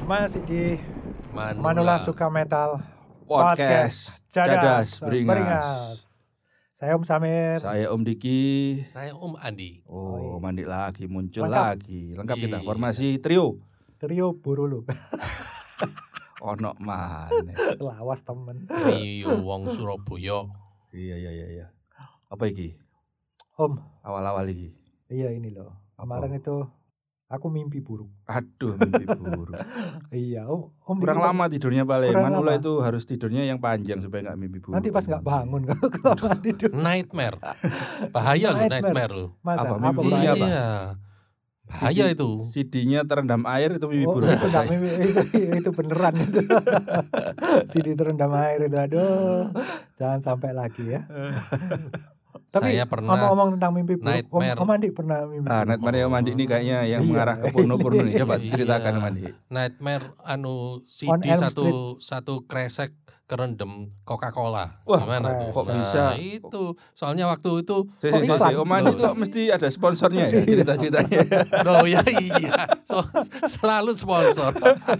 Masih di Manula Suka Metal Podcast Cadas Beringas. Beringas. Saya Om Samir. Saya Om Diki. Saya Om Andi. Om Andi lagi muncul Lengkap. lagi. Lengkap kita Iya. formasi trio. Trio Burulu. Ono mana? Lawas temen. Trio Wong Surabaya. Iya. Apa iki? Om, Awal-awal iki. iya ini loh. Kemarin itu aku mimpi buruk. Aduh, mimpi buruk. Iya, Om Kurang Diki, lama tidurnya paling. Kurang Manula lama. itu harus tidurnya yang panjang supaya enggak mimpi buruk. Nanti pas nggak bangun kalau tidur. Nightmare. Bahaya loh nightmare loh. Masa Apa, apa, mimpi bahaya? apa? Iya. Bahaya itu. CD-nya terendam air itu mimpi Oh, buruk. itu enggak mimpi, itu beneran itu. CD terendam air itu, aduh. Jangan sampai lagi ya. Tapi Saya pernah ngomong-ngomong tentang mimpi buruk, nightmare. Om Andi pernah mimpi Ah, buruk? Nightmare Om Andi ini kayaknya yang Iya. mengarah ke porno-porno nih. Coba Iya. ceritakan Om Andi. Nightmare On CD Elm satu kresek kerendam Coca-Cola. Wah, Gimana tuh? kok bisa? Itu soalnya waktu itu iklan. Om Andi itu mesti ada sponsornya ya cerita-ceritanya. oh ya iya. Selalu sponsor.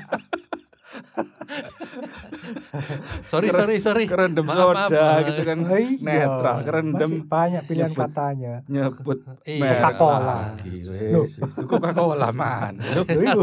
sorry. Kerendam Maaf. soda gitu kan. Oh, iya. Netral, kerendam Masih banyak pilihan nyebut. katanya. nyebut Iya. merek Coca-Cola. lagi, wes. Coca-Cola man. Loh, ibu.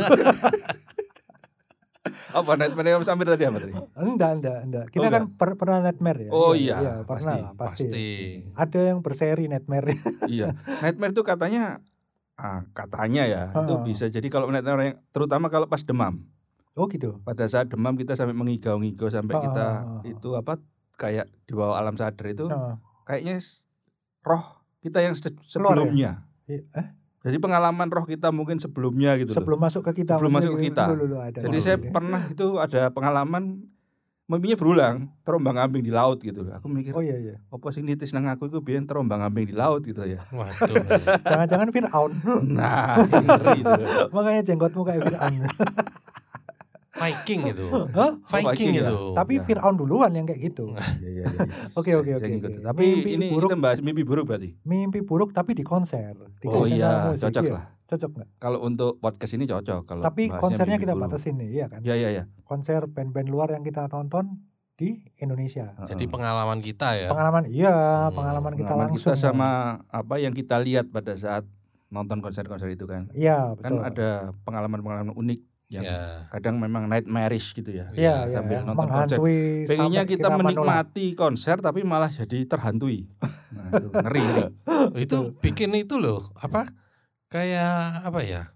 Apa Nightmare Om Samir tadi apa tadi? Enggak. Kita Oh, kan pernah nightmare ya. Oh, iya, pernah pasti. pasti. Ada yang berseri nightmare. Iya. Nightmare itu katanya ya itu Ah. bisa jadi kalau nightmare yang terutama kalau pas demam. Oh gitu. Pada saat demam kita sampai mengigau-ngigau sampai kita Ah. itu apa kayak di bawah alam sadar itu Nah, kayaknya roh kita yang Keluar ya? sebelumnya. eh, Jadi pengalaman roh kita mungkin sebelumnya gitu loh. sebelum masuk ke kita. Sebelum maksudnya masuk ke kita. dulu ada. Jadi Wow. saya pernah itu ada pengalaman mimpinya berulang terombang-ambing di laut gitu loh. Aku mikir Oh iya. apa sing nitis nang aku itu biyen terombang-ambing di laut gitu ya. Waduh. Jangan-jangan Fir'aun. Nah, ngeri itu. Makanya jenggotmu kayak Fir'aun. Viking itu. Hah? Viking Viking ya? itu. Tapi Ya. Fir'aun duluan yang kayak gitu. Iya. Oke. Saya ngikut. Tapi Mimpi ini buruk. kita bahas mimpi buruk berarti. Mimpi buruk tapi di konser. Di Oh konser iya, sama musik, cocok iya. lah. Cocok nggak? Kalau untuk podcast ini cocok kalau Tapi bahasnya konsernya mimpi kita buruk. batasin nih, iya kan? Iya. Konser band-band luar yang kita tonton di Indonesia. Jadi pengalaman kita ya. Pengalaman pengalaman kita Pengalaman langsung. kita sama apa yang kita lihat pada saat nonton konser-konser itu kan. Iya, Kan betul. ada pengalaman-pengalaman unik yang Ya. kadang memang nightmarish gitu ya. Iya, sambil iya. nonton konser. Menghantui Pengennya sampai kita menolak. menikmati konser tapi malah jadi terhantui. Nah, itu ngeri. Itu bikin itu loh, apa? Kayak apa ya?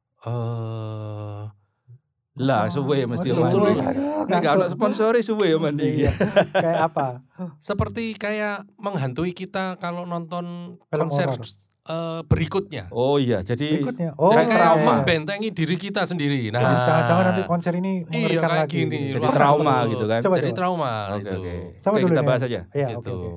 Lah suwe mesti Aduh, Om Andi. aduh, Nek gak ono sponsori suwe Om Andi. Iya. Kayak apa? seperti kayak menghantui kita kalau nonton Film konser horor. Berikutnya. Oh iya, jadi Berikutnya. Jadi kayak trauma. membentengi diri kita sendiri. Jadi Nah, jangan-jangan nanti konser ini iya mengerikan kayak lagi. gini. jadi Wah, trauma betul. gitu kan. Coba, Jadi trauma Oke, itu. oke. Sama Oke, dulu kita nih. bahas aja. Iya, Gitu. oke.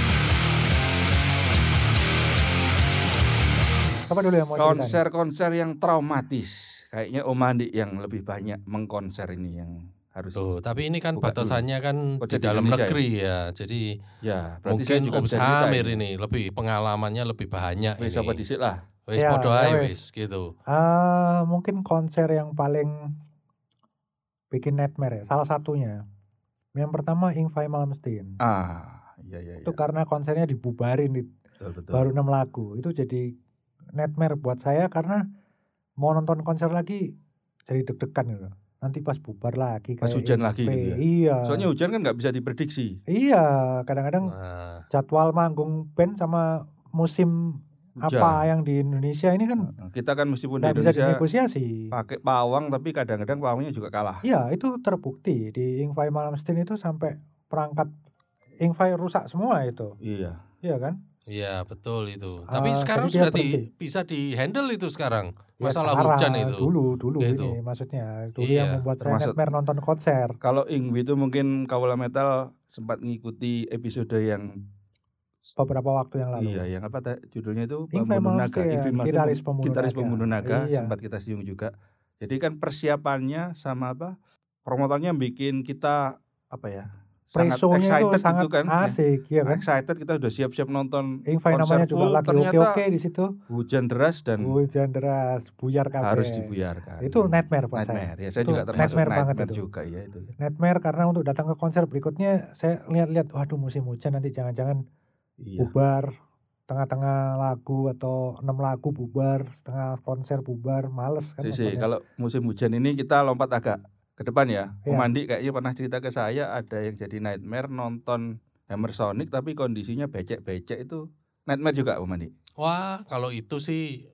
Apa dulu yang mau ceritain? Konser-konser yang traumatis. Kayaknya Om Andi yang lebih banyak mengkonser ini yang harus. Tuh, tapi ini kan Buka batasannya kan Oh, di jadi dalam Indonesia negeri ya. Jadi Ya, berarti saya mungkin juga Om bisa Samir ceritain. ini lebih pengalamannya lebih banyak Wis ini. apa dhisik lah. Wis Ya, podo ya ae wis. wis gitu. Mungkin konser yang paling bikin nightmare ya. Salah satunya. Yang pertama Ingvay Malmsteen. Iya. Itu karena konsernya dibubarin Betul. baru 6 lagu. Itu jadi nightmare buat saya karena mau nonton konser lagi jadi deg-degan gitu. Nanti pas bubar lagi Pas kayak hujan lagi Ingvay. gitu ya. Iya. Soalnya hujan kan nggak bisa diprediksi. Iya, kadang-kadang Nah, jadwal manggung band sama musim Hujan. apa yang di Indonesia ini kan Kita kan meskipun di nggak bisa Indonesia dinegosiasi. pakai pawang tapi kadang-kadang pawangnya juga kalah. Iya, itu terbukti di Ingvay Malmsteen itu sampai perangkat Ingvay rusak semua itu. Iya. Iya kan? iya betul itu. Tapi sekarang jadi dia sudah berhenti. bisa di-handle itu sekarang. Ya, Masalah sekarang, hujan itu. Dulu Gitu. ini maksudnya. Dulu Iya. yang membuat saya Termasuk- nightmare nonton konser. Kalau Ingwi itu mungkin Kaula Metal sempat ngikuti episode yang Beberapa waktu yang lalu. iya yang apa judulnya itu Ingvay Pembunuh Naga. Malmsteen, Ingvi Malmsteen, gitaris pembunuh naga. Iya. sempat kita singgung juga. Jadi kan persiapannya sama apa? Promotornya bikin kita apa ya? sangat Preso-nya itu excited sangat gitu kan. asik ya kan. Excited, kita udah siap-siap nonton Ingfai konser namanya juga full, lagi ternyata oke-oke di situ. hujan deras dan Hujan deras, buyar kabeh. harus dibuyarkan. Itu nightmare buat Nightmare. saya. Ya, saya Itu juga termasuk nightmare banget nightmare itu. juga ya itu. Nightmare karena untuk datang ke konser berikutnya saya lihat-lihat, waduh musim hujan nanti jangan-jangan Iya. bubar tengah-tengah lagu atau 6 lagu bubar, setengah konser bubar, males kan. Sih, nontonnya. kalau musim hujan ini kita lompat agak ke depan ya. Iya. Om Andi kayaknya pernah cerita ke saya ada yang jadi nightmare nonton Hammer Sonic tapi kondisinya becek-becek, itu nightmare juga Om Andi? Wah, kalau itu sih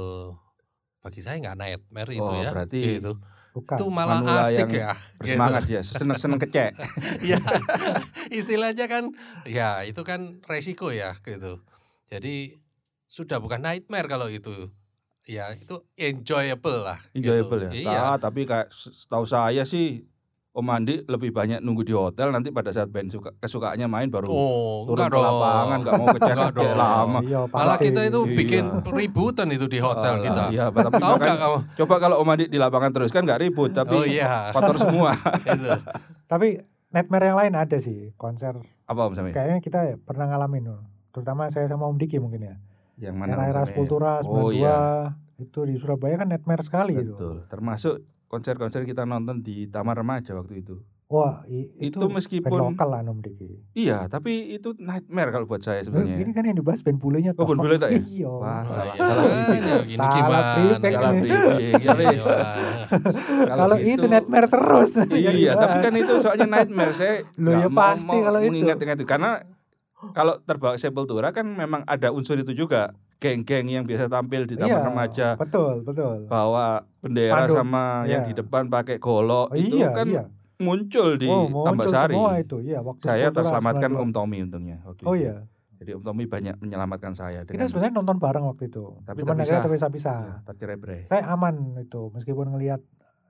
bagi saya nggak nightmare itu Oh, ya. berarti Gitu. Bukan. Itu malah Manula asik yang ya. bersemangat ya, seneng-seneng kecek. Ya, istilahnya kan ya itu kan resiko ya gitu. Jadi sudah bukan nightmare kalau itu. Ya, itu enjoyable lah Enjoyable gitu. ya. Iya. Tapi kayak setahu saya sih Om Andi lebih banyak nunggu di hotel, nanti pada saat band kesukaannya main baru Oh, turun enggak ke lapangan, dong. nggak mau Enggak kecek dong. lama. Iya, Malah pasti. kita itu Iya. bikin ributan itu di hotel Alah, kita. Iya, tapi Tahu nggak makanya, kamu? coba kalau Om Andi di lapangan terus kan nggak ribut, tapi Oh iya. kotor semua. Itu. Tapi nightmare yang lain ada sih, konser. Apa Om Samir? Kayaknya kita pernah ngalamin loh. Terutama saya sama Om Diki mungkin ya. Yang mana? Era Om Samir? Sepultura 92 Oh iya, itu di Surabaya kan nightmare sekali itu. betul. Termasuk konser-konser kita nonton di Taman Remaja waktu itu. Wah, itu Itu meskipun band lokal lah Om Diki. iya, tapi itu nightmare kalau buat saya Loh, sebenarnya. ini kan yang dibahas band bulenya Oh, band bule tak ya? Iya. Wah, Oh, salah, iya. salah briefing. Ya, gini Salah gimana? briefing Salah ini. briefing. Iya, Tapi iya. Kalau itu nightmare terus. iya, tapi kan itu soalnya nightmare. Saya Loh, ya nggak mau pasti kalau itu. mengingat-ingat itu karena kalau terbawa Sepultura kan memang ada unsur itu juga. Geng-geng yang biasa tampil di Taman Iya, Remaja betul. bawa bendera Spanduk, sama yang iya. di depan pakai golok, Oh, itu iya, kan iya. muncul di muncul Tambasari. semua itu. Iya, waktu Saya Sepultura terselamatkan 92. Om Tommy untungnya waktu Oh itu. iya. Jadi Om Tommy banyak menyelamatkan saya Kita dengan sebenarnya nonton bareng waktu itu. Tapi Cuman terpisah. akhirnya terpisah-pisah. ya, tercerai-berai. Saya aman itu meskipun ngelihat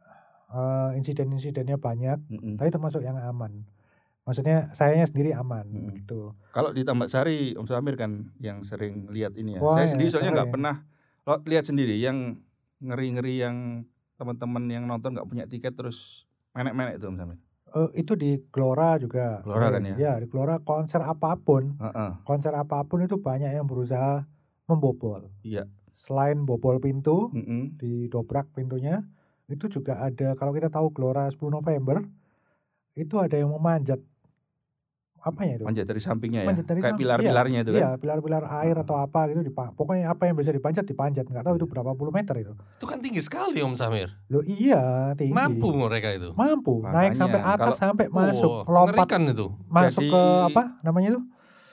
insiden-insidennya banyak, Mm-mm. tapi termasuk yang aman. Maksudnya sayanya sendiri aman gitu. Kalau di Tambasari Om Samir kan yang sering lihat ini ya. Wah, Saya ya, sendiri soalnya nggak sering. pernah lihat sendiri yang ngeri-ngeri yang teman-teman yang nonton nggak punya tiket terus menek-menek itu Om Samir. Itu di Gelora juga. Gelora sering. kan ya? Ya, di Gelora konser apapun itu banyak yang berusaha membobol. Iya. Selain bobol pintu, Mm-mm. didobrak pintunya, itu juga ada, kalau kita tahu Gelora 10 November, itu ada yang memanjat apa ya itu? Manjat dari sampingnya ya. Manjat dari Kayak samping, pilar-pilarnya itu kan. Iya, pilar-pilar air atau apa gitu, pokoknya apa yang bisa dipanjat, nggak tahu itu berapa puluh meter itu. Itu kan tinggi sekali Om Samir. Loh iya, tinggi. Mampu mereka itu. Mampu, Makanya, naik sampai atas, kalau- sampai masuk, lompat, mengerikan itu. masuk Jadi- ke apa namanya itu?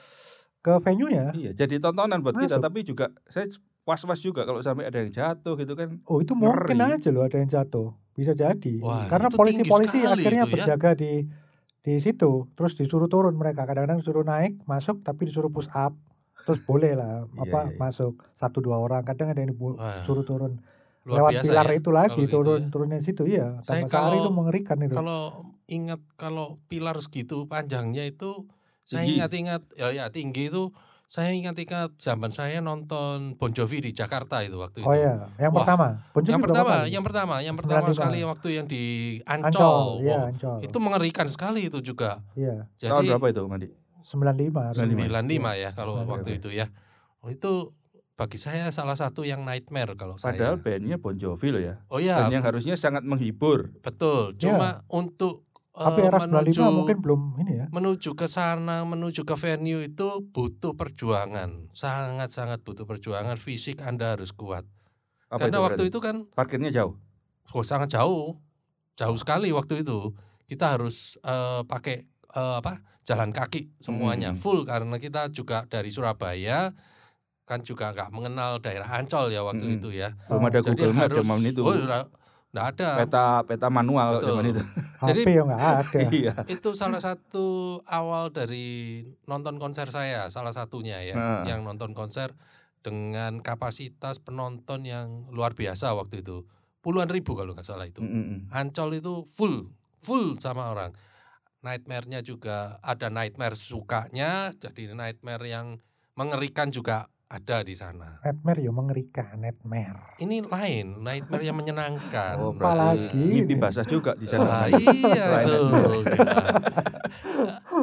Ke venue-nya. Iya, jadi tontonan buat kita, Masuk. tapi juga saya was-was juga kalau sampai ada yang jatuh gitu kan. Oh, itu mungkin Ngeri. aja loh ada yang jatuh. Bisa jadi. Wah, Karena itu polisi-polisi tinggi sekali akhirnya itu ya. berjaga di situ, terus disuruh turun mereka. Kadang-kadang disuruh naik, masuk tapi disuruh push up. Terus boleh lah Iya. masuk 1-2 orang. Kadang ada yang Wah, disuruh turun luar lewat biasa pilar ya, itu lagi, kalau gitu ya. turunin situ iya. Saya Tambasari kalau- itu mengerikan itu. Kalau ingat kalau pilar segitu panjangnya itu saya Tinggi. ingat-ingat ya tinggi itu saya ingat-ingat zaman saya nonton Bon Jovi di Jakarta itu waktu Oh itu. ya, yang Wah, pertama. Bon Jovi Yang berapa pertama, kali? yang pertama 95. sekali waktu yang di Ancol, Ancol. iya Wah, Ancol. itu mengerikan sekali itu juga. Iya, Tahun Jadi berapa itu, Mandi? 95 harusnya. 95 ya kalau 95. waktu itu ya. Oh, itu bagi saya salah satu yang nightmare kalau Padahal saya. bandnya Bon Jovi loh ya. Oh ya, Band yang harusnya sangat menghibur. betul. Cuma untuk Tapi era 95 menuju mungkin belum ini ya. menuju ke sana, menuju ke venue itu butuh perjuangan, sangat-sangat butuh perjuangan. Fisik Anda harus kuat. Apa Karena itu waktu berarti? itu kan Parkirnya jauh. sangat jauh sekali waktu itu. Kita harus pakai jalan kaki semuanya full karena kita juga dari Surabaya kan juga nggak mengenal daerah Ancol ya waktu itu ya. Belum ada Jadi Google Map harus zaman itu. nggak ada. Peta manual Betul. zaman itu. Jadi- HP ya nggak ada. Iya. Itu salah satu awal dari nonton konser saya, salah satunya ya, Nah. yang nonton konser dengan kapasitas penonton yang luar biasa waktu itu, puluhan ribu kalau nggak salah itu. Ancol itu full sama orang. Nightmare-nya juga ada nightmare sukanya, jadi nightmare yang mengerikan juga ada di sana. Nightmare ya mengerikan, nightmare. Ini lain, nightmare yang menyenangkan. Oh, Apalagi berarti mimpi ini. basah juga di Wah, sana. iya Selain itu. nightmare.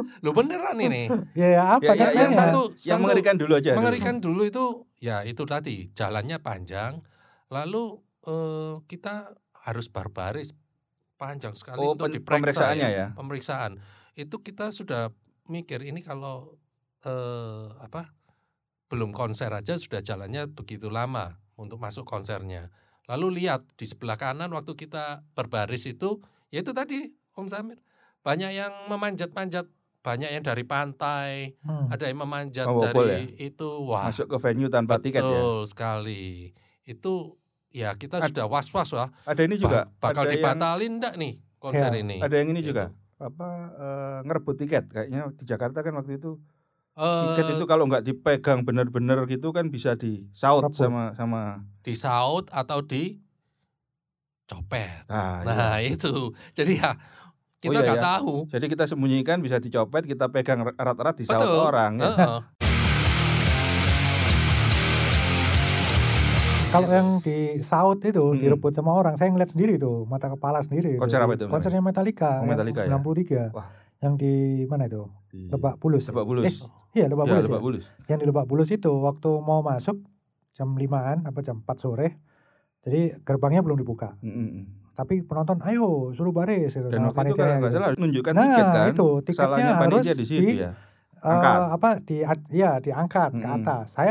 Lo beneran ini. Ya apa Ya, yang nightmare-nya? yang mengerikan dulu aja. Mengerikan dulu itu ya itu tadi jalannya panjang, lalu kita harus barbaris panjang sekali untuk diperiksa pemeriksaannya ya. Pemeriksaan itu kita sudah mikir ini kalau belum konser aja sudah jalannya begitu lama untuk masuk konsernya. Lalu lihat di sebelah kanan waktu kita berbaris itu, ya itu tadi Om Samir, banyak yang memanjat-manjat, banyak yang dari pantai, ada yang memanjat dari itu, wah masuk ke venue tanpa tiket ya. Betul sekali. Itu ya kita sudah was-was lah. Ada ini juga bakal ada dibatalin enggak nih konser ini. Ada yang ini juga ngerebut tiket kayaknya di Jakarta kan waktu itu. Tiket itu kalau nggak dipegang benar-benar gitu kan bisa disaut sama disaut atau dicopet. Nah iya. Itu. Jadi ya kita nggak tahu. Jadi kita sembunyikan bisa dicopet, kita pegang erat-erat disaut orang. Ya. Kalau yang disaut itu direbut sama orang, saya ngeliat sendiri tuh, mata kepala sendiri. Konser apa itu? Konsernya Metallica, Metallica 93. Wah. Yang di mana itu? Lebak Bulus. Lebak Bulus. Iya, Lebak Bulus. Lebak Bulus. Yang di Lebak Bulus itu waktu mau masuk jam 5-an apa jam 4 sore. Jadi gerbangnya belum dibuka. Tapi penonton ayo suruh baris gitu. Dan sama waktu itu kan gitu. salah nunjukkan tiket kan. Itu tiketnya harus di situ ya. Angkat. Diangkat ke atas. Saya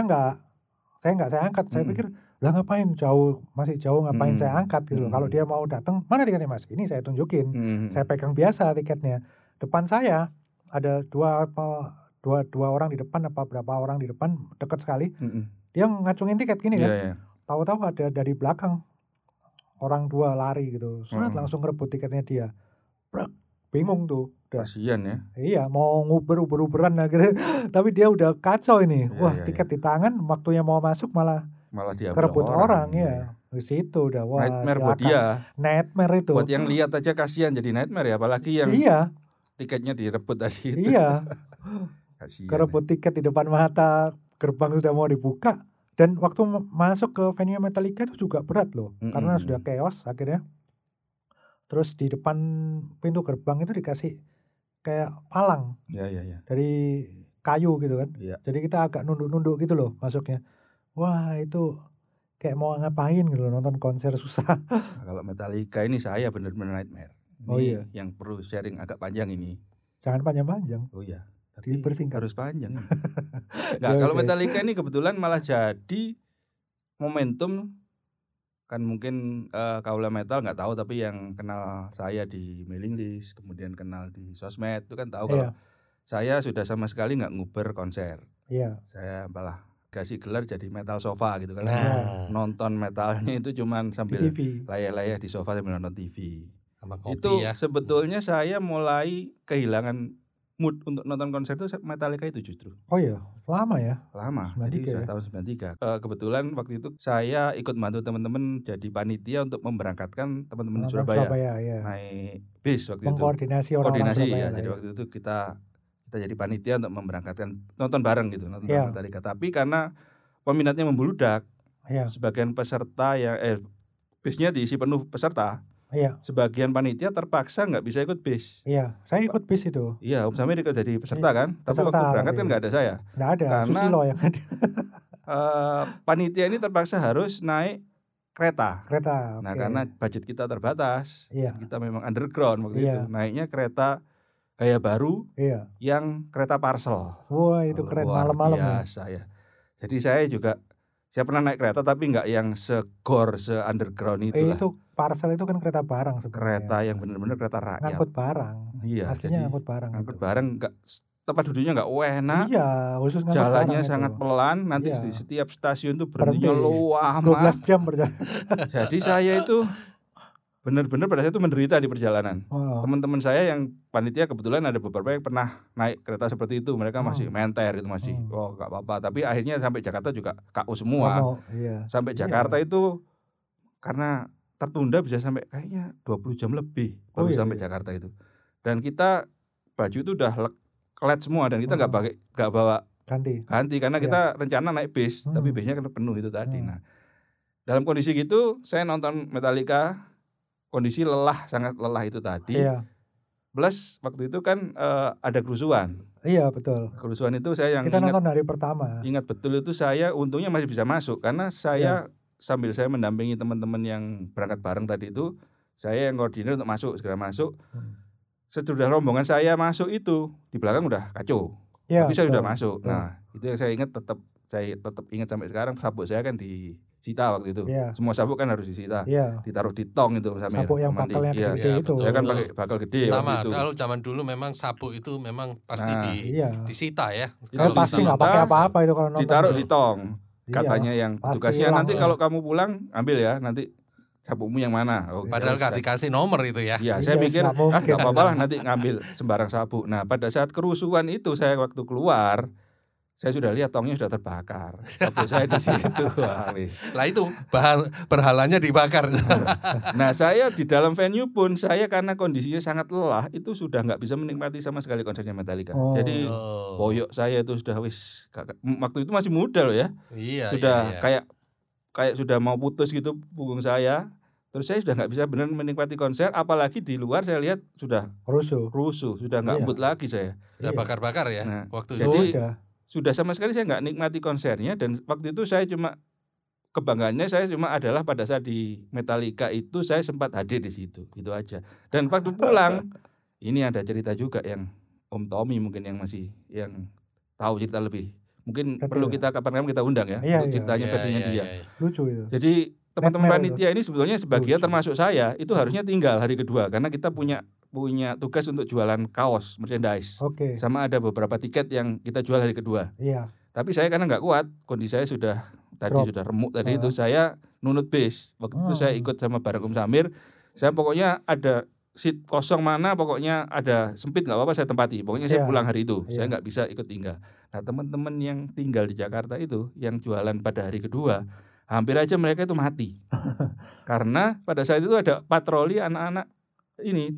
angkat. Saya pikir lah ngapain masih jauh ngapain saya angkat gitu. Kalau dia mau datang, mana tiketnya Mas? Ini saya tunjukin. Saya pegang biasa tiketnya. Depan saya ada dua orang di depan apa berapa orang di depan dekat sekali. Dia ngacungin tiket gini kan. Tahu-tahu ada dari belakang orang 2 lari gitu. Langsung ngerebut tiketnya dia. Bingung tuh. Kasian ya. Iya, mau uber-uberan lah gitu. Tapi dia udah kacau ini. Tiket di tangan, waktunya mau masuk malah kerebut orang ya. Di situ udah nightmare buat dia. Nightmare itu. Buat yang lihat aja kasihan jadi nightmare ya, apalagi yang tiketnya direbut tadi itu. Iya. Kerebut tiket di depan mata, gerbang sudah mau dibuka. Dan waktu masuk ke venue Metallica itu juga berat loh. Karena sudah chaos akhirnya. Terus di depan pintu gerbang itu dikasih kayak palang. Dari kayu gitu kan. Jadi kita agak nunduk-nunduk gitu loh masuknya. Wah itu kayak mau ngapain gitu loh, nonton konser susah. Kalau Metallica ini saya benar-benar nightmare. Ini yang perlu sharing agak panjang ini. Jangan panjang-panjang. Oh iya. Tapi dipersingkat. Harus panjang. Kalau Metallica ini kebetulan malah jadi momentum, kan mungkin kaula metal nggak tahu, tapi yang kenal saya di mailing list, kemudian kenal di sosmed itu kan tahu kalau saya sudah sama sekali nggak nguber konser. Saya malah kasih gelar jadi metal sofa gitu kan. Nonton metalnya itu cuman sambil layah-layah di sofa sambil nonton TV. Itu sebetulnya saya mulai kehilangan mood untuk nonton konser itu Metallica itu justru. Oh iya, lama ya? Lama, jadi tahun 93. Kebetulan waktu itu saya ikut bantu teman-teman jadi panitia untuk memberangkatkan teman-teman di Surabaya. Naik bis waktu itu. Mengkoordinasi orang-orang Surabaya. Ya. Jadi waktu itu kita jadi panitia untuk memberangkatkan, nonton bareng gitu, nonton Metallica. Tapi karena peminatnya membludak, sebagian peserta yang bisnya diisi penuh peserta. Sebagian panitia terpaksa nggak bisa ikut bis. Saya ikut bis itu. Om Samir ikut jadi peserta kan. Tapi waktu berangkat kan nggak ada saya. Nggak ada. Karena Susilo yang ada. Panitia ini terpaksa harus naik kereta. Nah karena budget kita terbatas, kita memang underground waktu itu. Naiknya kereta gaya baru, yang kereta parcel. Wah itu keren, malam-malam biasa ya. Jadi saya pernah naik kereta tapi nggak yang segor, se-underground itu. Itu parcel itu kan kereta barang sebenarnya. Kereta yang benar-benar kereta rakyat. Ngangkut barang. Aslinya ngangkut barang. Ngangkut barang, tempat duduknya nggak enak. Khusus ngangkut jalannya barang sangat itu. pelan. Nanti di setiap stasiun tuh berhentinya lama. 12 jam berjalan. Jadi saya itu benar-benar pada saat itu menderita di perjalanan. Teman-teman saya yang panitia kebetulan ada beberapa yang pernah naik kereta seperti itu. Mereka masih menter itu masih. Gak apa-apa. Tapi akhirnya sampai Jakarta juga KO semua. Sampai Jakarta itu karena tertunda bisa sampai kayaknya 20 jam lebih baru sampai Jakarta itu. Dan kita baju itu udah kelet semua dan kita nggak bawa ganti karena kita rencana naik bis, tapi bisnya kan penuh itu tadi. Nah, dalam kondisi gitu saya nonton Metallica. Kondisi sangat lelah itu tadi. Plus waktu itu kan ada kerusuhan. Iya betul. Kerusuhan itu saya yang kita nonton hari pertama. Ingat betul itu saya untungnya masih bisa masuk karena saya sambil saya mendampingi teman-teman yang berangkat bareng tadi itu, saya yang koordinir untuk masuk, segera masuk. Sesudah rombongan saya masuk itu di belakang udah kacau. Tapi saya sudah masuk. Nah, itu yang saya ingat saya tetap ingat sampai sekarang. Sabuk saya kan disita waktu itu. Semua sabuk kan harus disita. Ditaruh di tong itu sampai sabuk yang bakalnya gede itu. Saya kan pakai bakal gede sama waktu itu. Kalau zaman dulu memang sabuk itu memang pasti disita ya. Kalau pasti nggak pakai apa-apa itu kalau nonton. Ditaruh di tong. Katanya yang petugasnya nanti kalau kamu pulang ambil ya nanti sabukmu yang mana? Padahal nggak dikasih nomor itu ya. Iya, saya pikir nggak apa-apa lah nanti ngambil sembarang sabuk. Nah, pada saat kerusuhan itu saya waktu keluar, saya sudah lihat tongnya sudah terbakar. Sabuk saya di situ. Lah itu berhalanya dibakar. Nah, saya di dalam venue pun saya karena kondisinya sangat lelah itu sudah nggak bisa menikmati sama sekali konsernya Metallica. Jadi boyok saya itu sudah waktu itu masih muda loh ya. Iya. Sudah kayak sudah mau putus gitu punggung saya. Terus saya sudah nggak bisa benar menikmati konser, apalagi di luar saya lihat sudah rusuh, sudah nggak mood lagi saya. Sudah bakar-bakar ya waktu itu. Jadi sudah sama sekali saya nggak nikmati konsernya dan waktu itu saya cuma kebanggaannya saya cuma adalah pada saat di Metallica itu saya sempat hadir di situ, itu aja. Dan waktu pulang ini ada cerita juga yang Om Tommy mungkin yang masih yang tahu cerita lebih. Mungkin perlu kita kapan-kapan kita undang ya untuk ceritanya versinya dia. Lucu itu. Jadi teman-teman panitia ini sebetulnya sebagian termasuk saya itu harusnya tinggal hari kedua karena kita punya tugas untuk jualan kaos merchandise. Sama ada beberapa tiket yang kita jual hari kedua. Tapi saya karena nggak kuat, kondisi saya sudah remuk tadi itu, saya nunut bis. Waktu itu saya ikut sama bareng Om Samir. Saya pokoknya ada seat kosong mana, pokoknya ada sempit nggak apa-apa saya tempati. Pokoknya saya pulang hari itu, saya nggak bisa ikut tinggal. Nah teman-teman yang tinggal di Jakarta itu, yang jualan pada hari kedua, hampir aja mereka itu mati. Karena pada saat itu ada patroli anak-anak ini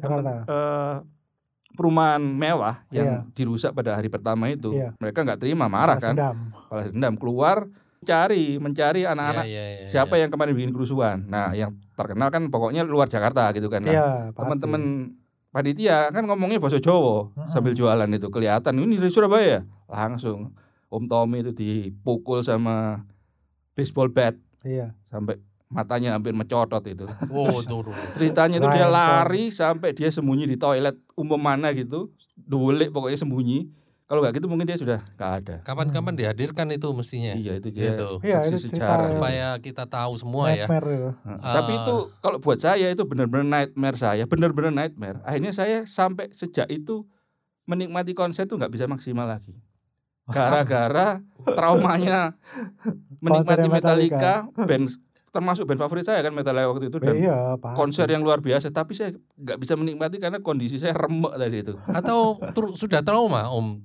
perumahan mewah yang dirusak pada hari pertama itu. Mereka nggak terima, marah kan, balas dendam, keluar mencari anak-anak siapa yang kemarin bikin kerusuhan. Nah yang terkenal kan pokoknya luar Jakarta gitu kan. Nah, teman-teman panitia kan ngomongnya bahasa Jawa sambil jualan itu kelihatan ini dari Surabaya. Langsung Om Tommy itu dipukul sama baseball bat sampai matanya hampir mencotot itu. Ceritanya itu dia lari sampai dia sembunyi di toilet umum mana gitu, dulik pokoknya sembunyi. Kalau nggak gitu mungkin dia sudah nggak ada. Kapan-kapan dihadirkan itu mestinya. Iya itu dia. Saksi sejarah supaya kita tahu semua ya. Tapi itu kalau buat saya itu benar-benar nightmare saya, benar-benar nightmare. Akhirnya saya sampai sejak itu menikmati konser itu nggak bisa maksimal lagi. Gara-gara traumanya menikmati Metallica, band termasuk band favorit saya kan Metallica waktu itu dan konser yang luar biasa, tapi saya nggak bisa menikmati karena kondisi saya remek tadi itu. Atau sudah trauma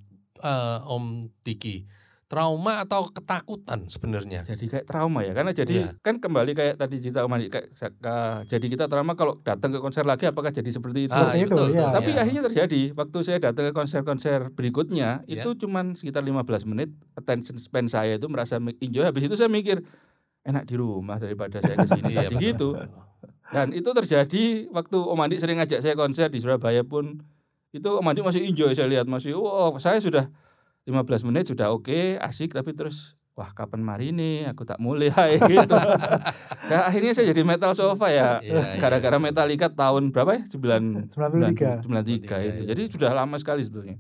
Om Diki, trauma atau ketakutan sebenarnya? Jadi kayak trauma ya, karena jadi kan kembali kayak tadi cerita Om Andi, jadi kita trauma kalau datang ke konser lagi apakah jadi seperti itu? Betul, tapi akhirnya terjadi waktu saya datang ke konser-konser berikutnya itu cuman sekitar 15 menit, attention span saya itu merasa enjoy. Habis itu saya mikir enak di rumah daripada saya kesini gitu. Dan itu terjadi waktu Om Andi sering ngajak saya konser di Surabaya pun itu Om Andi masih enjoy, saya lihat masih saya sudah 15 menit sudah oke, asik, tapi terus wah kapan mari nih aku tak mulai gitu. Nah, akhirnya saya jadi metal sofa ya. Gara-gara Metallica tahun berapa ya? 93 itu. Jadi sudah lama sekali sebetulnya.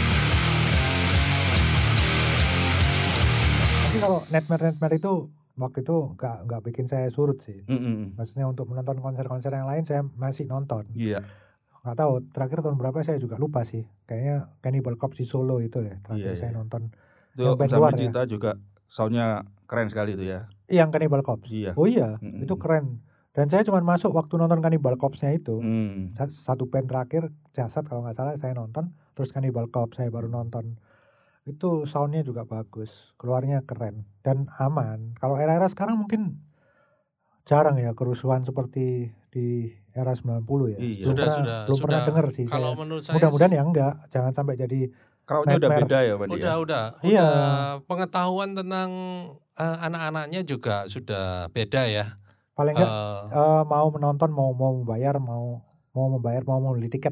Tapi kalau nightmare itu waktu itu nggak bikin saya surut sih. Maksudnya untuk menonton konser-konser yang lain saya masih nonton. Nggak tahu terakhir tahun berapa saya juga lupa sih. Kayaknya Cannibal Corpse di Solo itu deh terakhir saya nonton. Itu yang band luar ya. Juga soundnya keren sekali itu ya. Yang Cannibal Corpse. Itu keren. Dan saya cuma masuk waktu nonton Cannibal Corpse-nya itu. Satu band terakhir Jasad kalau nggak salah saya nonton. Terus Cannibal Corpse saya baru nonton. Itu soundnya juga bagus, keluarnya keren dan aman. Kalau era-era sekarang mungkin jarang ya kerusuhan seperti di era 90 ya. Belum pernah dengar sih. Kalau menurut saya mudah-mudahan ya enggak, jangan sampai jadi crowd-nya udah beda ya, Pak. Udah. Pengetahuan tentang anak-anaknya juga sudah beda ya. Paling enggak mau menonton, mau membayar, mau membeli tiket lah.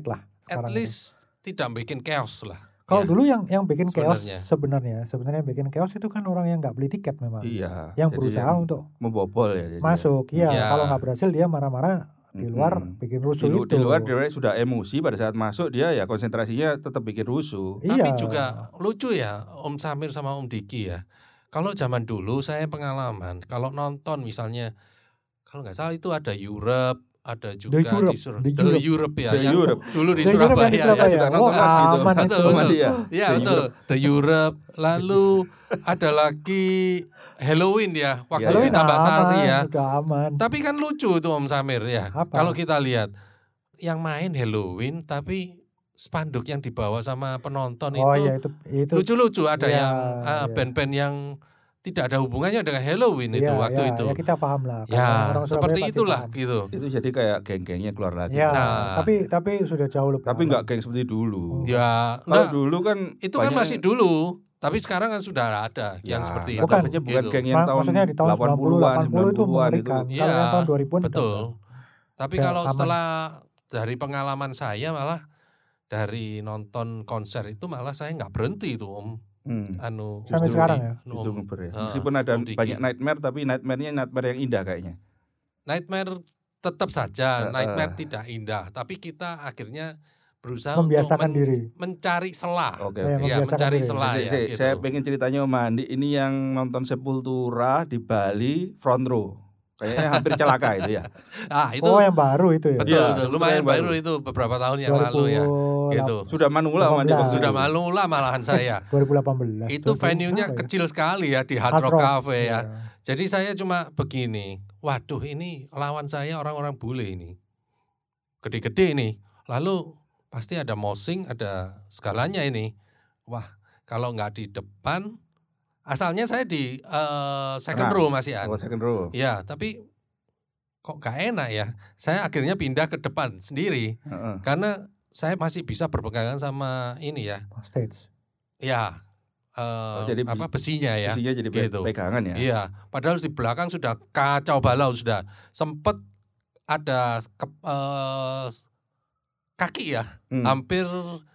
at least tidak bikin chaos lah. Kalau dulu yang bikin chaos sebenarnya yang bikin chaos itu kan orang yang nggak beli tiket memang. Iya. Yang berusaha untuk membobol ya. Masuk. Iya. Kalau nggak berhasil dia marah-marah di luar bikin rusuh itu. Di luar dia sudah emosi, pada saat masuk dia ya konsentrasinya tetap bikin rusuh. Tapi juga lucu ya Om Samir sama Om Diki ya. Kalau zaman dulu saya pengalaman kalau nonton misalnya kalau nggak salah itu ada Europe, ada juga The Europe ya, yang dulu di Surabaya ya. Aman itu. Iya betul. The Europe, lalu ada lagi Halloween ya, waktu kita Mbak Sari ya. Tapi kan lucu tuh Om Samir ya. Kalau kita lihat yang main Halloween tapi spanduk yang dibawa sama penonton itu lucu-lucu. Ada yang band-band yang tidak ada hubungannya dengan Halloween itu waktu itu. Ya kita paham lah. Ya seperti itulah gitu. Itu jadi kayak geng-gengnya keluar lagi. Ya, tapi sudah jauh lebih. Tapi nggak geng seperti dulu. Ya, kalau dulu kan itu kan masih dulu. Tapi sekarang kan sudah ada yang seperti itu. Bukan geng yang tahun 80-an, 90 itu mengerikan. Kalau yang tahun 2000-an betul. Tapi kalau setelah dari pengalaman saya malah dari nonton konser itu malah saya nggak berhenti itu Om. Sampai sekarang ya. Meskipun ada banyak nightmare, tapi nightmare yang indah kayaknya. Nightmare tetap saja, nightmare tidak indah. Tapi kita akhirnya berusaha membiasakan untuk diri, mencari celah. Ya, mencari celah ya. Gitu. Saya pengen ceritanya Om Andi ini yang nonton Sepultura di Bali front row. Kayaknya hampir celaka itu ya. Itu yang baru itu ya. Betul. Lumayan baru itu beberapa tahun yang lalu ya. Gitu. Sudah manula Sudah manula malahan saya. 2018. Itu venue-nya kecil sekali ya di Hard Rock Cafe ya. Jadi saya cuma begini, waduh ini lawan saya orang-orang bule ini. Gede-gede ini. Lalu pasti ada mosing, ada segalanya ini. Wah, kalau nggak di depan, asalnya saya di second row Mas Ian. Second row. Ya, tapi kok gak enak ya. Saya akhirnya pindah ke depan sendiri. Karena saya masih bisa berpegangan sama ini ya. Stage. Ya. Jadi besinya ya. Besinya jadi gitu. Pegangan ya. Iya, padahal di belakang sudah kacau balau sudah. Sempet ada kaki ya. Hampir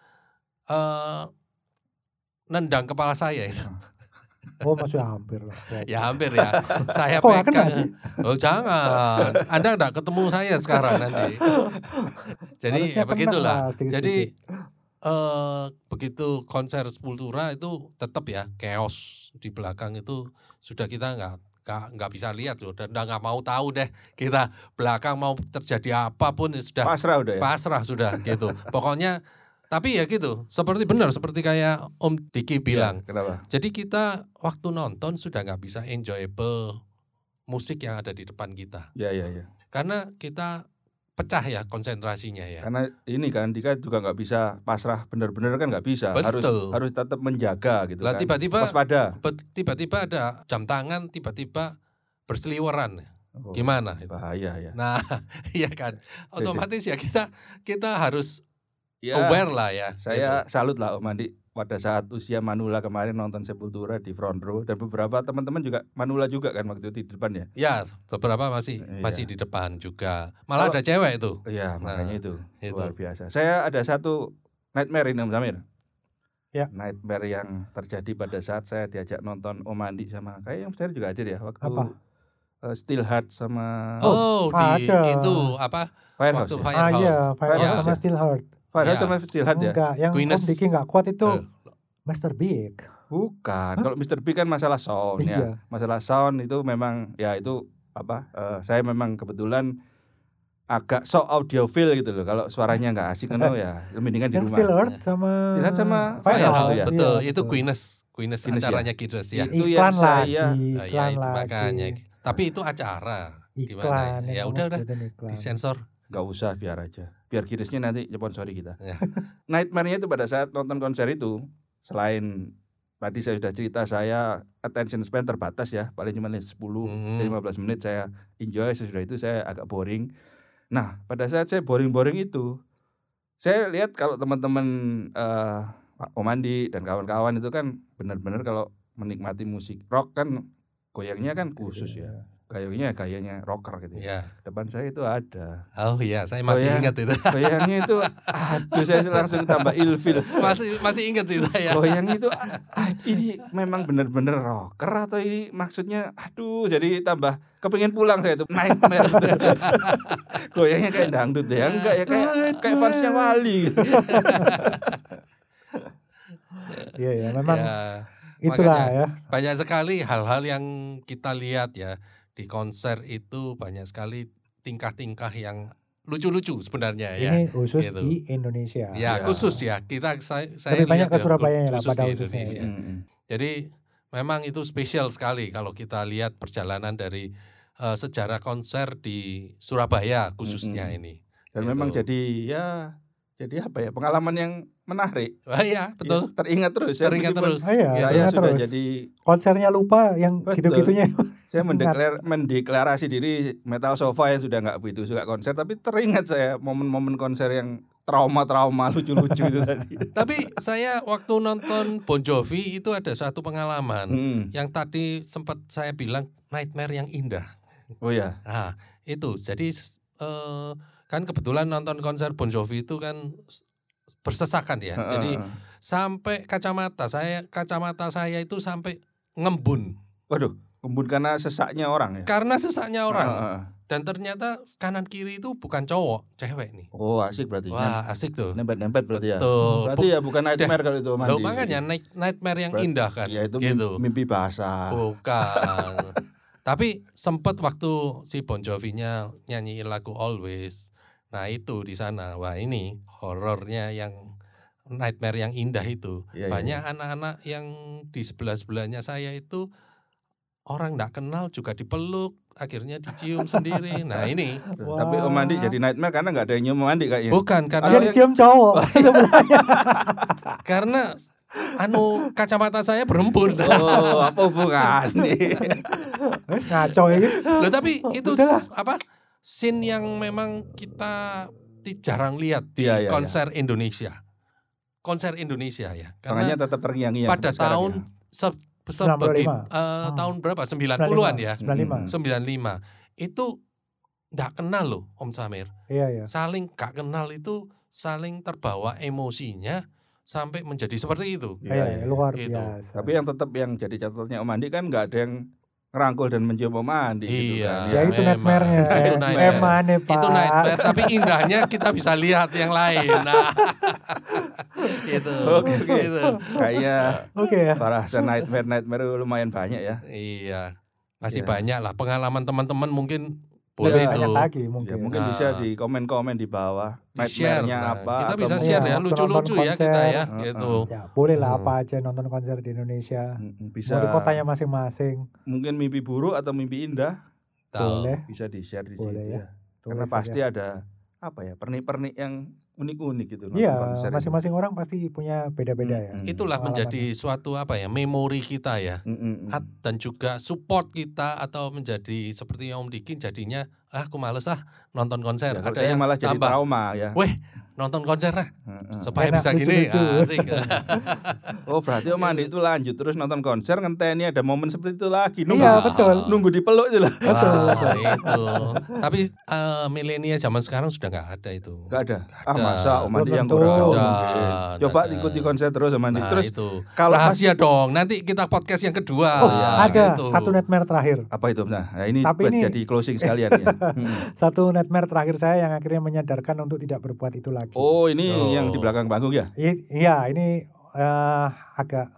nendang kepala saya itu. Oh masih hampir lah. Ya hampir ya. Saya pegang. Oh jangan. Anda enggak ketemu saya sekarang nanti. Jadi ya begitulah. Jadi begitu konser Sepultura itu tetap ya chaos di belakang itu sudah kita nggak bisa lihat loh dan nggak mau tahu deh kita belakang mau terjadi apapun sudah pasrah sudah gitu. Pokoknya tapi ya gitu, seperti kayak Om Diki bilang. Kenapa? Jadi kita waktu nonton sudah nggak bisa enjoyable musik yang ada di depan kita. Iya. Karena kita pecah ya konsentrasinya ya. Karena ini kan Dika juga nggak bisa pasrah benar-benar kan nggak bisa. Betul. Harus tetap menjaga gitu kan. Tiba-tiba ada jam tangan, tiba-tiba berseliweran. Gimana itu? Bahaya ya. Nah, iya kan. Otomatis ya kita harus aware lah ya. Saya salut lah Om Andi pada saat usia Manula kemarin nonton Sepultura di front row dan beberapa teman-teman juga Manula juga kan waktu itu di depan ya. Ya, beberapa masih di depan juga. Malah ada cewek itu. Iya, makanya itu luar biasa. Saya ada satu nightmare ini Om Samir. Ya. Nightmare yang terjadi pada saat saya diajak nonton Om Andi sama kayak yang saya juga hadir ya waktu Still Heart sama itu apa? Firehouse. Firehouse sama Still Heart. Firehouse sama Still Heart ya. Enggak, yang Om Diki nggak kuat itu Mr. Big. Bukan. Kalau Mr. Big kan masalah sound ya. Masalah sound itu memang ya itu saya memang kebetulan agak audiophile gitu loh. Kalau suaranya nggak asik kan ya mendingan di rumah. Still Heart sama Firehouse. Betul, itu Guinness acaranya Guinness ya. Iklan lagi. Makanya. Tapi itu acara. Gimana? Ya udah disensor. Gak usah biar aja. Biar Guinness-nya nanti sponsori kita. Nightmare-nya itu pada saat nonton konser itu selain tadi saya sudah cerita saya attention span terbatas ya, paling cuma 10-15 menit saya enjoy, sesudah itu saya agak boring. Nah, pada saat saya boring itu saya lihat kalau teman-teman Om Andi dan kawan-kawan itu kan benar-benar kalau menikmati musik rock kan goyangnya kan khusus ya. gayanya rocker gitu. Ya. Depan saya itu ada. Oh iya, saya masih ingat itu. Goyangnya itu, aduh saya langsung tambah ilfil. Masih ingat sih saya. Goyangnya itu, ini memang benar-benar rocker atau ini maksudnya, aduh jadi tambah kepengin pulang saya itu, nightmare. Goyangnya kayak dangdut ya, enggak ya kayak fansnya Wali. Gitu. Iya memang. Ya. Itulah ya. Banyak sekali hal-hal yang kita lihat ya di konser itu, banyak sekali tingkah-tingkah yang lucu-lucu sebenarnya ya. Ini khusus gitu. Di Indonesia. Ya, khusus ya. Saya lebih banyak ke Surabaya ya, pada di khususnya. Indonesia. Jadi memang itu spesial sekali kalau kita lihat perjalanan dari sejarah konser di Surabaya khususnya ini. Dan memang jadi apa ya, pengalaman yang menarik. Iya, betul. Ya, teringat terus. Teringat terus. Saya sudah terus. jadi konsernya lupa yang gitu-gitunya. Saya mendeklarasi diri metal sofa yang sudah nggak begitu suka konser, tapi teringat saya momen-momen konser yang trauma lucu-lucu itu tadi. Tapi saya waktu nonton Bon Jovi itu ada satu pengalaman yang tadi sempat saya bilang nightmare yang indah. Oh ya. Nah, itu. Jadi kan kebetulan nonton konser Bon Jovi itu kan bersesakan ya. Jadi sampai kacamata saya itu sampai ngembun. Waduh, ngembun karena sesaknya orang ya. Karena sesaknya orang. Dan ternyata kanan kiri itu bukan cowok, cewek nih. Oh, asik berarti. Wah, asik tuh. Nempet berarti ya. Betul. Berarti ya bukan nightmare kalau itu mandi. Loh, makanya nightmare yang indah kan. Ya itu gitu. mimpi basah. Bukan. Tapi sempat waktu si Bon Jovi-nya nyanyiin lagu Always. Nah, itu di sana. Wah, ini horornya yang nightmare yang indah itu. Banyak anak-anak yang di sebelah-sebelahnya saya itu orang enggak kenal juga dipeluk, akhirnya dicium sendiri. Nah, ini. Tapi Om Andi jadi nightmare karena enggak ada yang nyium Andi kayaknya. Bukan, karena dia dicium cowok sebelahnya. Karena kacamata saya berembun. Oh, apa hubungannya? Wes ngaco ya. Loh, tapi itu apa? Scene yang memang kita jarang lihat di konser Indonesia. Konser Indonesia ya. Karena tetap terngiang-ngiang pada tahun tahun berapa? 90-an ya. 95. Itu enggak kenal loh Om Samir. Iya. Saling enggak kenal itu saling terbawa emosinya sampai menjadi seperti itu. Iya, luar biasa. Tapi yang tetap yang jadi catatannya Om Andi kan enggak ada yang ngerangkul dan mencium Om Andi gitu kan. Ya itu nightmare-nya. Itu nightmare, tapi indahnya kita bisa lihat yang lain. Nah. Itu. Gitu. Kayaknya para nightmare lumayan banyak ya. Iya. Masih banyak lah pengalaman teman-teman mungkin boleh itu. Lagi mungkin. Ya, mungkin bisa di komen-komen di bawah. Nightmare-nya apa? Kita bisa atau share ya, lucu-lucu ya kita ya, gitu. Ya, boleh lah apa aja nonton konser di Indonesia. Bisa. Mau di kotanya masing-masing. Mungkin mimpi buruk atau mimpi indah. Boleh. Bisa di-share di boleh situ ya. Karena pasti ada apa ya, pernik-pernik yang unik-unik gitu. Iya, masing-masing orang pasti punya beda-beda ya. Itulah menjadi suatu apa ya, memori kita ya. Dan juga support kita atau menjadi seperti Om Diki jadinya aku males nonton konser. Ya, ada yang malah jadi trauma ya. Weh, nonton konser lah supaya bisa gini asik. Oh berarti Om Andi itu lanjut terus nonton konser ngenteni ada momen seperti itu lagi. Iya betul. Nunggu dipeluk itu lah. Betul. Itu. Tapi milenial zaman sekarang sudah nggak ada itu. Nggak ada. Masa Om Andi yang kurang coba ikuti konser terus Om Andi. Terus itu kalau rahasia dong. Nanti kita podcast yang kedua. Ada satu nightmare terakhir. Apa itu? Nah ini jadi closing sekalian ya. Satu nightmare terakhir saya yang akhirnya menyadarkan untuk tidak berbuat itu lagi. Oh ini yang di belakang panggung ya? Iya ini agak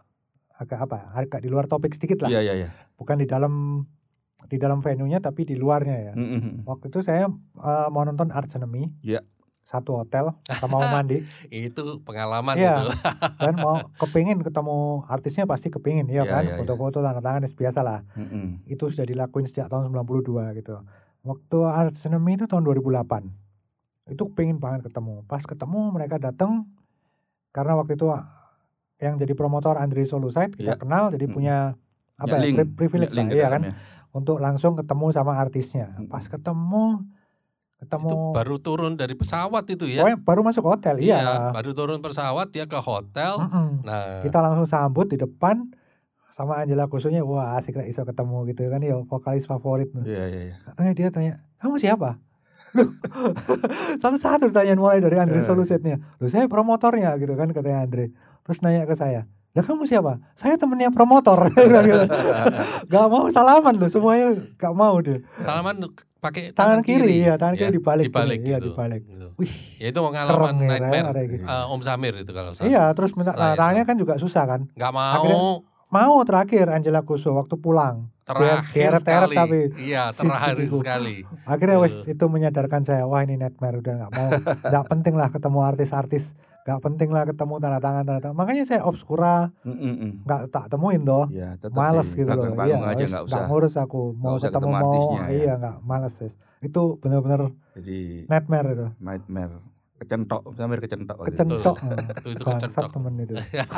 di luar topik sedikit lah. Iya. Bukan di dalam venue-nya tapi di luarnya ya. Waktu itu saya mau nonton Arts Enemy. Iya. Satu hotel sama Om Andi. Itu pengalaman ya, itu. Dan mau kepingin ketemu artisnya pasti kepingin ya kan. Foto-foto tanda tangan biasa lah. Itu sudah dilakuin sejak tahun 92 gitu. Waktu Arts Enemy itu tahun 2008. Itu pengen banget ketemu. Pas ketemu mereka datang karena waktu itu yang jadi promotor Andre Solusite kita kenal jadi punya privilege lah ya kan untuk langsung ketemu sama artisnya. Pas ketemu itu baru turun dari pesawat itu ya. Baru masuk hotel iya. Baru turun pesawat dia ke hotel. Nah, kita langsung sambut di depan sama Angela Kosonya, wah asik lah iso ketemu gitu kan ya, vokalis favorit. Iya. Katanya dia tanya, kamu siapa? Loh, satu-satu tanyain mulai dari Andre Solusetnya. Loh saya promotornya gitu kan katanya Andre. Terus nanya ke saya, lah kamu siapa? Saya temennya promotor. Gak mau salaman loh, semuanya gak mau dia. Salaman pakai tangan kiri ya, tangan kiri dibalik gitu. Iya dibalik. Gitu. Wih, ya itu pengalaman nightmare gitu. Om Samir itu kalau saya. Iya, terus minta tangannya kan juga susah kan. Gak mau. Akhirnya, mau terakhir Angela Koso waktu pulang. Terakhir sekali. Tapi iya, terakhir sekali. Akhirnya wes itu menyadarkan saya, wah ini nightmare udah gak mau. Gak penting lah ketemu artis-artis. Gak penting lah ketemu tanda tangan. Makanya saya Obscura gak tak temuin toh. Ya, males gitu loh. Iya, gak ngurus aku. Mau ketemu mau. Iya gak males wes. Itu benar-benar nightmare itu. Nightmare. Kecentok, Samir kecentok. Kecentok. Itu kecentok temen itu.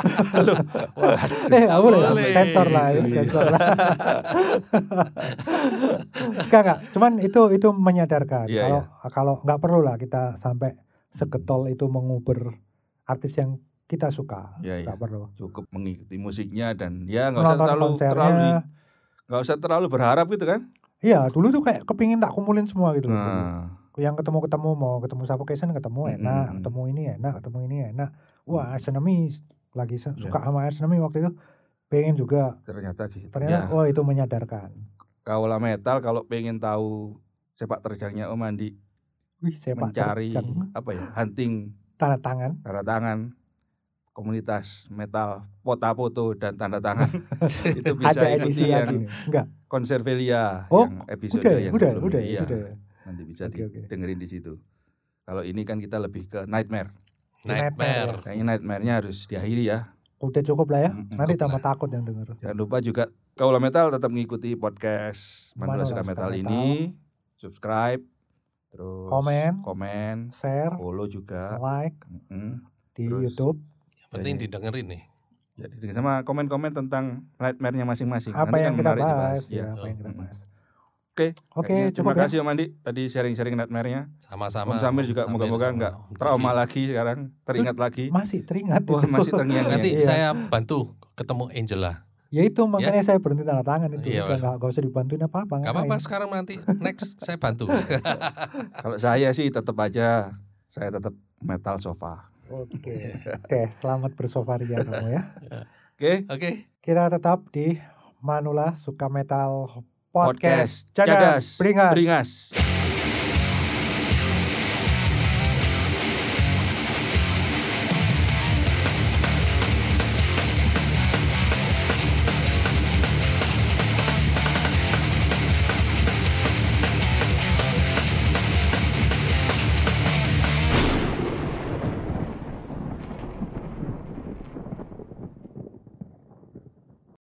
Boleh. Sensor lah. Enggak. Cuman itu menyadarkan. Kalau nggak perlu lah kita sampai segetol itu mengubur artis yang kita suka. Nggak perlu. Cukup mengikuti musiknya dan ya nggak usah terlalu berharap gitu kan? Iya, dulu tuh kayak kepingin tak kumpulin semua gitu. Yang ketemu mau ketemu Suffocation ketemu enak, ketemu ini enak. Wah, Arsenomy lagi suka sama Arsenomy waktu itu, pengen juga. Ternyata gitu. Wah itu menyadarkan. Kaula Metal kalau pengen tahu sepak terjangnya Om Andi, mencari hunting tanda tangan komunitas metal, foto dan tanda tangan itu bisa ikuti yang Konservelia yang episode yang udah. Nanti bisa dengerin di situ. Kalau ini kan kita lebih ke nightmare. Kayaknya nightmare-nya harus diakhiri ya. Udah cukup lah ya. Nanti tambah takut yang denger. Jangan lupa juga Kaula Metal tetap mengikuti podcast Manula Suka Metal ini. Subscribe, terus komen, share, follow juga, like di YouTube. Yang penting didengerin nih. Jadi sama komen-komen tentang nightmare-nya masing-masing. Apa yang kita bahas? Apa yang kita bahas? Oke, cukup terima kasih Om Andi tadi sharing-sharing nightmare-nya. Sama-sama. Om Samir juga moga-moga enggak trauma lagi sekarang, teringat lagi. Masih teringat. Masih terngiang. Nanti saya bantu ketemu Angela. Ya itu makanya saya berhenti tanda tangan itu. Enggak usah dibantuin apa-apa. Enggak apa-apa sekarang nanti next saya bantu. Kalau saya sih tetap aja saya tetap metal sofa. Oke, selamat bersofaria kamu ya. Oke. Kita tetap di Manula Suka Metal Podcast Cadas Beringas.